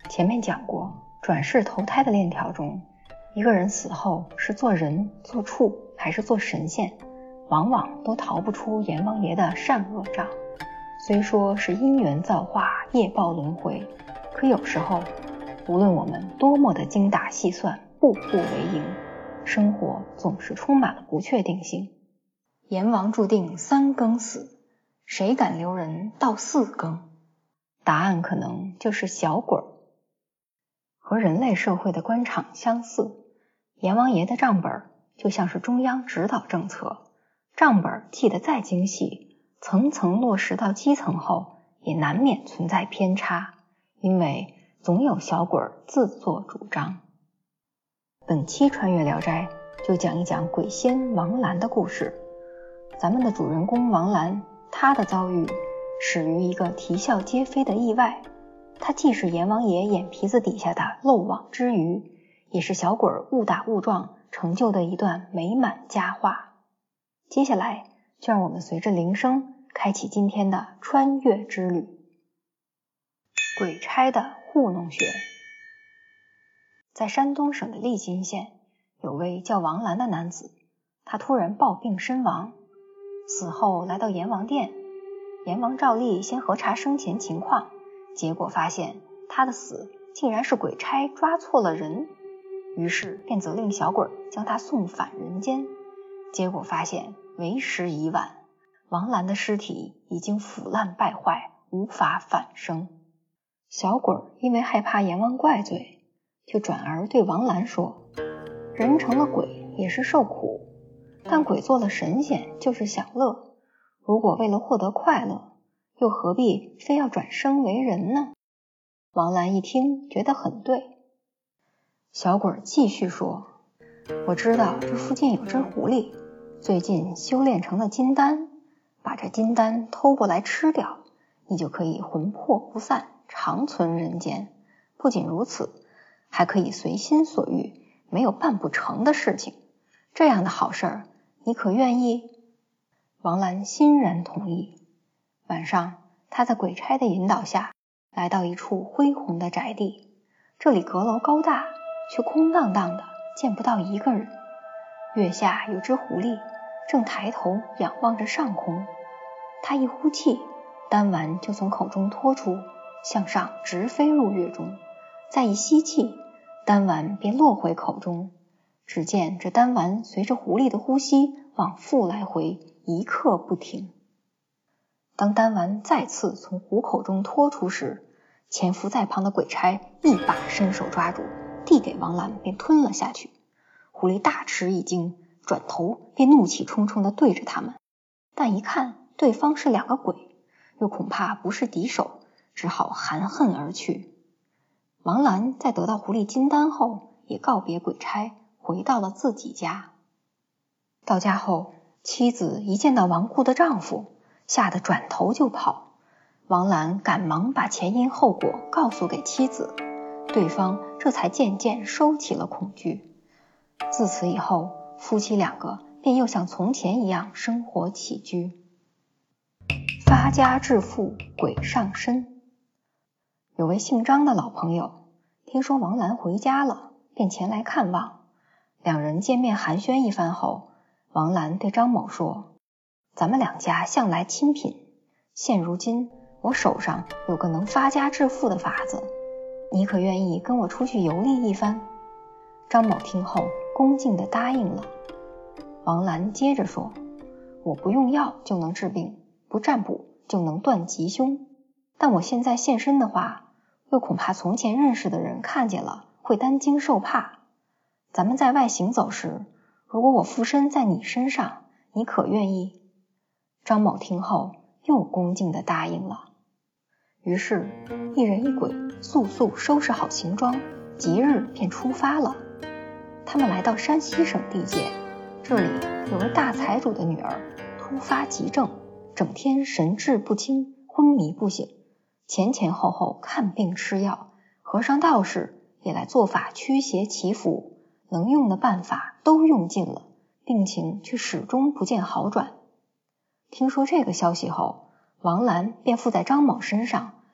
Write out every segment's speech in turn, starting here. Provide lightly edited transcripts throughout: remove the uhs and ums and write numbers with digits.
前面讲过，转世投胎的链条中，一个人死后是做人、做畜还是做神仙，往往都逃不出阎王爷的善恶账。虽说是因缘造化、业报轮回，可有时候无论我们多么的精打细算、步步为营，生活总是充满了不确定性。阎王注定3更死，谁敢留人到4更？答案可能就是小鬼儿。和人类社会的官场相似，阎王爷的账本就像是中央指导政策，账本记得再精细，层层落实到基层后，也难免存在偏差，因为总有小鬼自作主张。本期穿越聊斋就讲一讲鬼仙王兰的故事。咱们的主人公王兰，她的遭遇始于一个啼笑皆非的意外。她既是阎王爷眼皮子底下的漏网之鱼，也是小鬼误打误撞成就的一段美满佳话。接下来就让我们随着铃声开启今天的穿越之旅。鬼差的糊弄学。在山东省的利津县，有位叫王兰的男子，他突然暴病身亡，死后来到阎王殿，阎王照例先核查生前情况，结果发现他的死竟然是鬼差抓错了人，于是便责令小鬼将他送返人间，结果发现为时已晚，王兰的尸体已经腐烂败坏，无法返生。小鬼因为害怕阎王怪罪，就转而对王兰说，人成了鬼也是受苦，但鬼做了神仙就是享乐，如果为了获得快乐，又何必非要转生为人呢？王兰一听觉得很对。小鬼继续说，我知道这附近有只狐狸，最近修炼成了金丹，把这金丹偷过来吃掉，你就可以魂魄不散，长存人间。不仅如此，还可以随心所欲，没有办不成的事情。这样的好事儿，你可愿意？王兰欣然同意。晚上，他在鬼差的引导下，来到一处恢宏的宅地。这里阁楼高大，却空荡荡的，见不到一个人。月下有只狐狸，正抬头仰望着上空。他一呼气，丹丸就从口中脱出，向上直飞入月中。再一吸气，丹丸便落回口中。只见这丹丸随着狐狸的呼吸往复来回，一刻不停。当丹丸再次从虎口中脱出时，潜伏在旁的鬼差一把伸手抓住，递给王兰便吞了下去。狐狸大吃一惊，转头便怒气冲冲地对着他们，但一看对方是2个鬼，又恐怕不是敌手，只好含恨而去。王兰在得到狐狸金丹后，也告别鬼差，回到了自己家。到家后，妻子一见到亡故的丈夫，吓得转头就跑。王兰赶忙把前因后果告诉给妻子，对方这才渐渐收起了恐惧。自此以后，夫妻2个便又像从前一样生活起居。发家致富，鬼上身。有位姓张的老朋友，听说王兰回家了，便前来看望。2人见面寒暄一番后，王兰对张某说，咱们2家向来亲品，现如今我手上有个能发家致富的法子，你可愿意跟我出去游历一番？张某听后恭敬地答应了。王兰接着说，我不用药就能治病，不占卜就能断吉凶，但我现在现身的话，又恐怕从前认识的人看见了会担惊受怕。咱们在外行走时，如果我附身在你身上，你可愿意？张某听后又恭敬地答应了。于是1人1鬼速速收拾好行装，即日便出发了。他们来到山西省地界，这里有位大财主的女儿突发急症，整天神志不清，昏迷不醒，前前后后看病吃药，和尚道士也来做法驱邪祈福，能用的办法都用尽了，病情却始终不见好转。听说这个消息后，王兰便附在张某身上，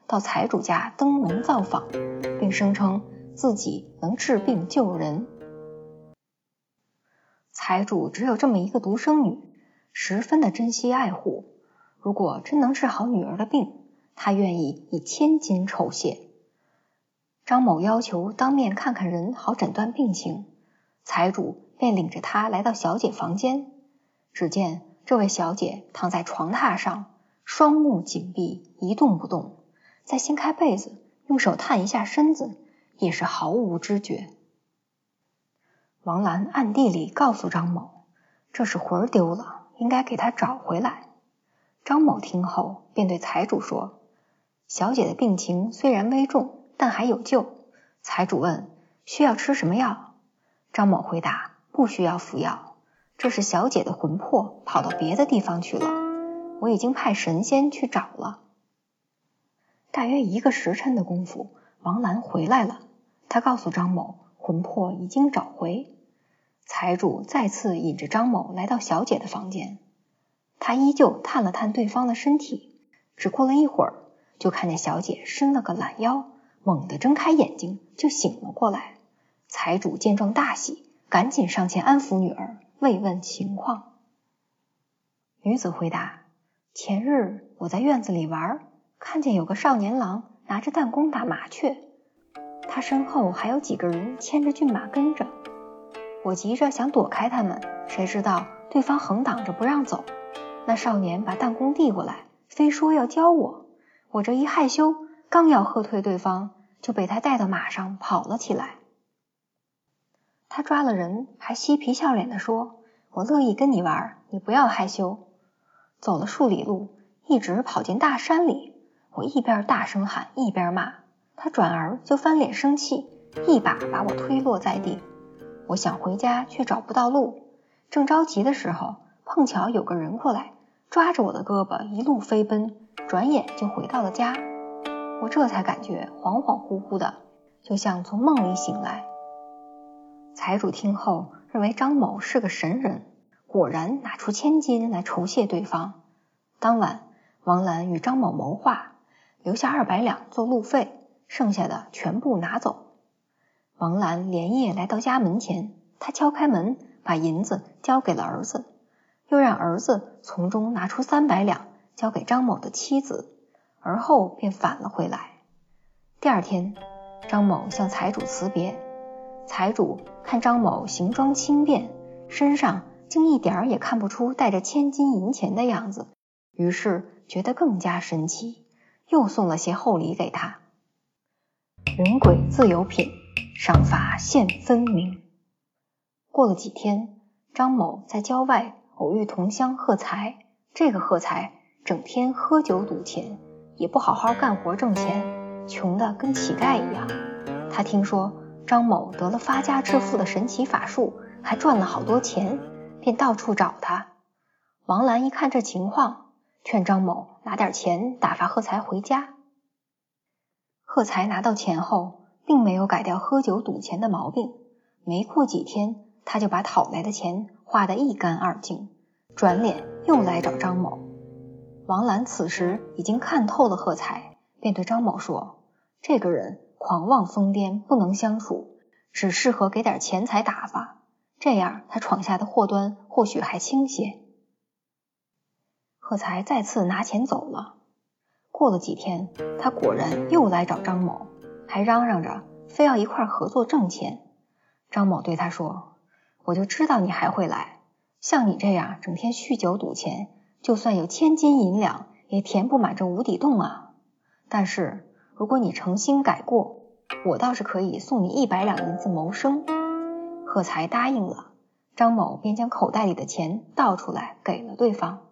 到财主家登门造访，并声称自己能治病救人。财主只有这么一个独生女，十分的珍惜爱护，如果真能治好女儿的病，他愿意以千金酬谢。张某要求当面看看人，好诊断病情，财主便领着他来到小姐房间。只见这位小姐躺在床榻上，双目紧闭，一动不动，再掀开被子，用手探一下身子，也是毫无知觉。王兰暗地里告诉张某，这是魂儿丢了，应该给他找回来。张某听后便对财主说，小姐的病情虽然危重，但还有救。财主问，需要吃什么药？张某回答，不需要服药，这是小姐的魂魄跑到别的地方去了，我已经派神仙去找了。大约1个时辰的功夫，王兰回来了，她告诉张某，魂魄已经找回。财主再次引着张某来到小姐的房间，他依旧探了探对方的身体，只过了一会儿，就看见小姐伸了个懒腰，猛地睁开眼睛就醒了过来。财主见状大喜，赶紧上前安抚女儿，慰问情况。女子回答，前日我在院子里玩，看见有个少年郎拿着弹弓打麻雀，他身后还有几个人牵着骏马跟着，我急着想躲开他们，谁知道对方横挡着不让走，那少年把弹弓递过来，非说要教我，我这一害羞，刚要喝退对方，就被他带到马上跑了起来。他抓了人，还嬉皮笑脸地说，我乐意跟你玩，你不要害羞。走了数里路，一直跑进大山里，我一边大声喊一边骂，他转而就翻脸生气，一把把我推落在地。我想回家却找不到路，正着急的时候，碰巧有个人过来，抓着我的胳膊一路飞奔，转眼就回到了家。我这才感觉恍恍惚惚的，就像从梦里醒来。财主听后认为张某是个神人，果然拿出千金来酬谢对方。当晚，王兰与张某谋划，留下200两做路费，剩下的全部拿走。王兰连夜来到家门前，她敲开门，把银子交给了儿子，又让儿子从中拿出300两交给张某的妻子，而后便返了回来。第二天，张某向财主辞别，财主看张某行装轻便，身上竟一点也看不出带着千金银钱的样子，于是觉得更加神奇，又送了些厚礼给他。人鬼自有品，赏罚现分明。过了几天，张某在郊外偶遇同乡贺才，这个贺才整天喝酒赌钱，也不好好干活挣钱，穷得跟乞丐一样。他听说张某得了发家致富的神奇法术，还赚了好多钱，便到处找他。王兰一看这情况，劝张某拿点钱打发贺才回家。贺才拿到钱后，并没有改掉喝酒赌钱的毛病，没过几天，他就把讨来的钱花得一干二净，转脸又来找张某。王兰此时已经看透了贺才，便对张某说，这个人狂妄疯癫，不能相处，只适合给点钱财打发，这样他闯下的祸端或许还轻些。贺才再次拿钱走了。过了几天，他果然又来找张某，还嚷嚷着非要一块合作挣钱。张某对他说，我就知道你还会来，像你这样整天酗酒赌钱，就算有千金银两也填不满这无底洞啊。但是如果你诚心改过，我倒是可以送你100两银子谋生。贺才答应了，张某便将口袋里的钱倒出来给了对方。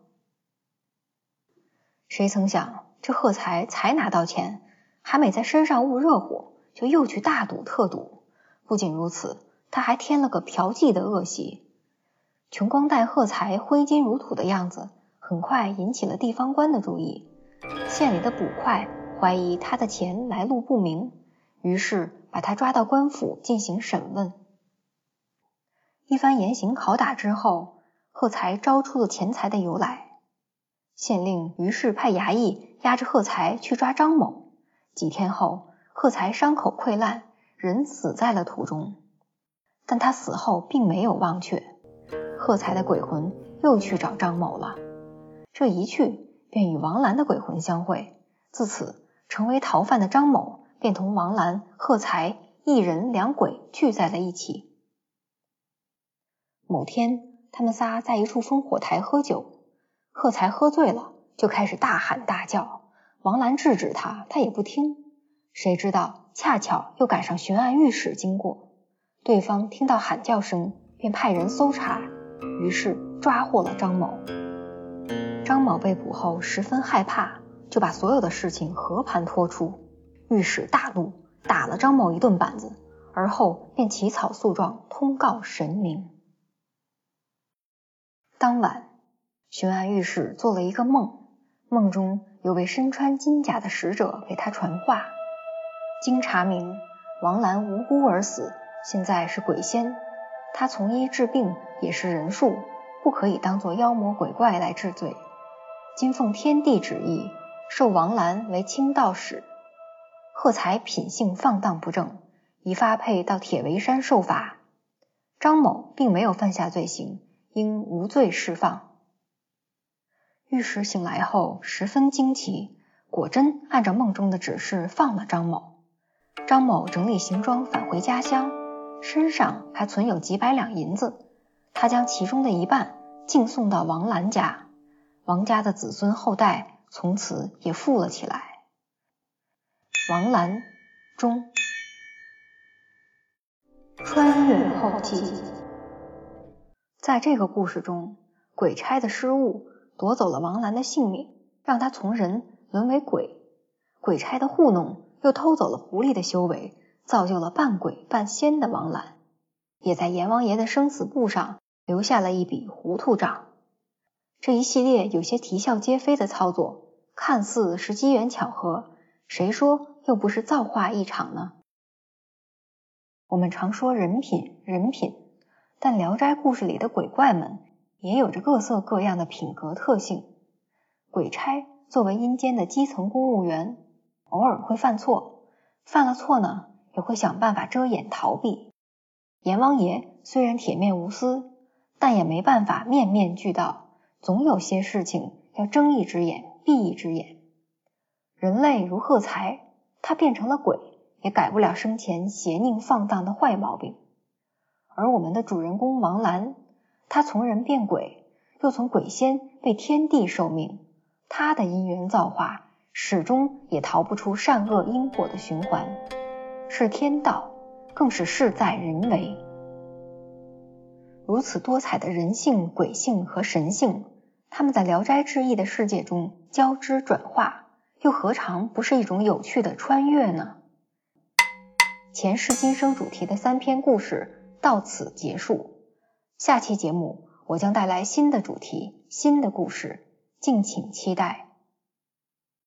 谁曾想这贺才才拿到钱，还没在身上捂热乎，就又去大赌特赌。不仅如此，他还添了个嫖妓的恶习。穷光蛋贺才挥金如土的样子，很快引起了地方官的注意。县里的捕快怀疑他的钱来路不明，于是把他抓到官府进行审问。一番严刑拷打之后，贺才招出了钱财的由来。县令于是派衙役押着贺才去抓张某， 几天后，贺才伤口溃烂，人死在了途中。但他死后并没有忘却，贺才的鬼魂又去找张某了。这一去便与王兰的鬼魂相会，自此成为逃犯的张某便同王兰、贺才一人两鬼聚在了一起。某天，他们仨在一处烽火台喝酒，贺才喝醉了，就开始大喊大叫，王兰制止他，他也不听。谁知道恰巧又赶上巡按御史经过，对方听到喊叫声，便派人搜查，于是抓获了张某。张某被捕后十分害怕，就把所有的事情和盘托出。御史大怒，打了张某一顿板子，而后便起草诉状通告神明。当晚，巡按御史做了一个梦，梦中有位身穿金甲的使者给他传话。经查明，王兰无辜而死，现在是鬼仙，他从医治病也是人术，不可以当作妖魔鬼怪来治罪。今奉天地旨意，授王兰为清道使。贺才品性放荡不正，已发配到铁围山受罚。张某并没有犯下罪行，应无罪释放。御史醒来后十分惊奇，果真按照梦中的指示放了张某。张某整理行装返回家乡，身上还存有几百两银子，他将其中的一半敬送到王兰家，王家的子孙后代从此也富了起来。王兰中。穿越后记。在这个故事中，鬼差的失误夺走了王兰的性命，让她从人沦为鬼。鬼差的糊弄又偷走了狐狸的修为，造就了半鬼半仙的王兰，也在阎王爷的生死簿上留下了一笔糊涂账。这一系列有些啼笑皆非的操作，看似是机缘巧合，谁说又不是造化一场呢？我们常说人品，但聊斋故事里的鬼怪们也有着各色各样的品格特性。鬼差作为阴间的基层公务员，偶尔会犯错，犯了错呢，也会想办法遮掩逃避。阎王爷虽然铁面无私，但也没办法面面俱到，总有些事情要睁一只眼闭一只眼。人类如贺才，他变成了鬼，也改不了生前邪佞放荡的坏毛病。而我们的主人公王兰，他从人变鬼，又从鬼仙被天地受命，他的因缘造化始终也逃不出善恶因果的循环，是天道，更是事在人为。如此多彩的人性、鬼性和神性，他们在聊斋志异的世界中交织转化，又何尝不是一种有趣的穿越呢？前世今生主题的3篇故事到此结束，下期节目我将带来新的主题、新的故事，敬请期待。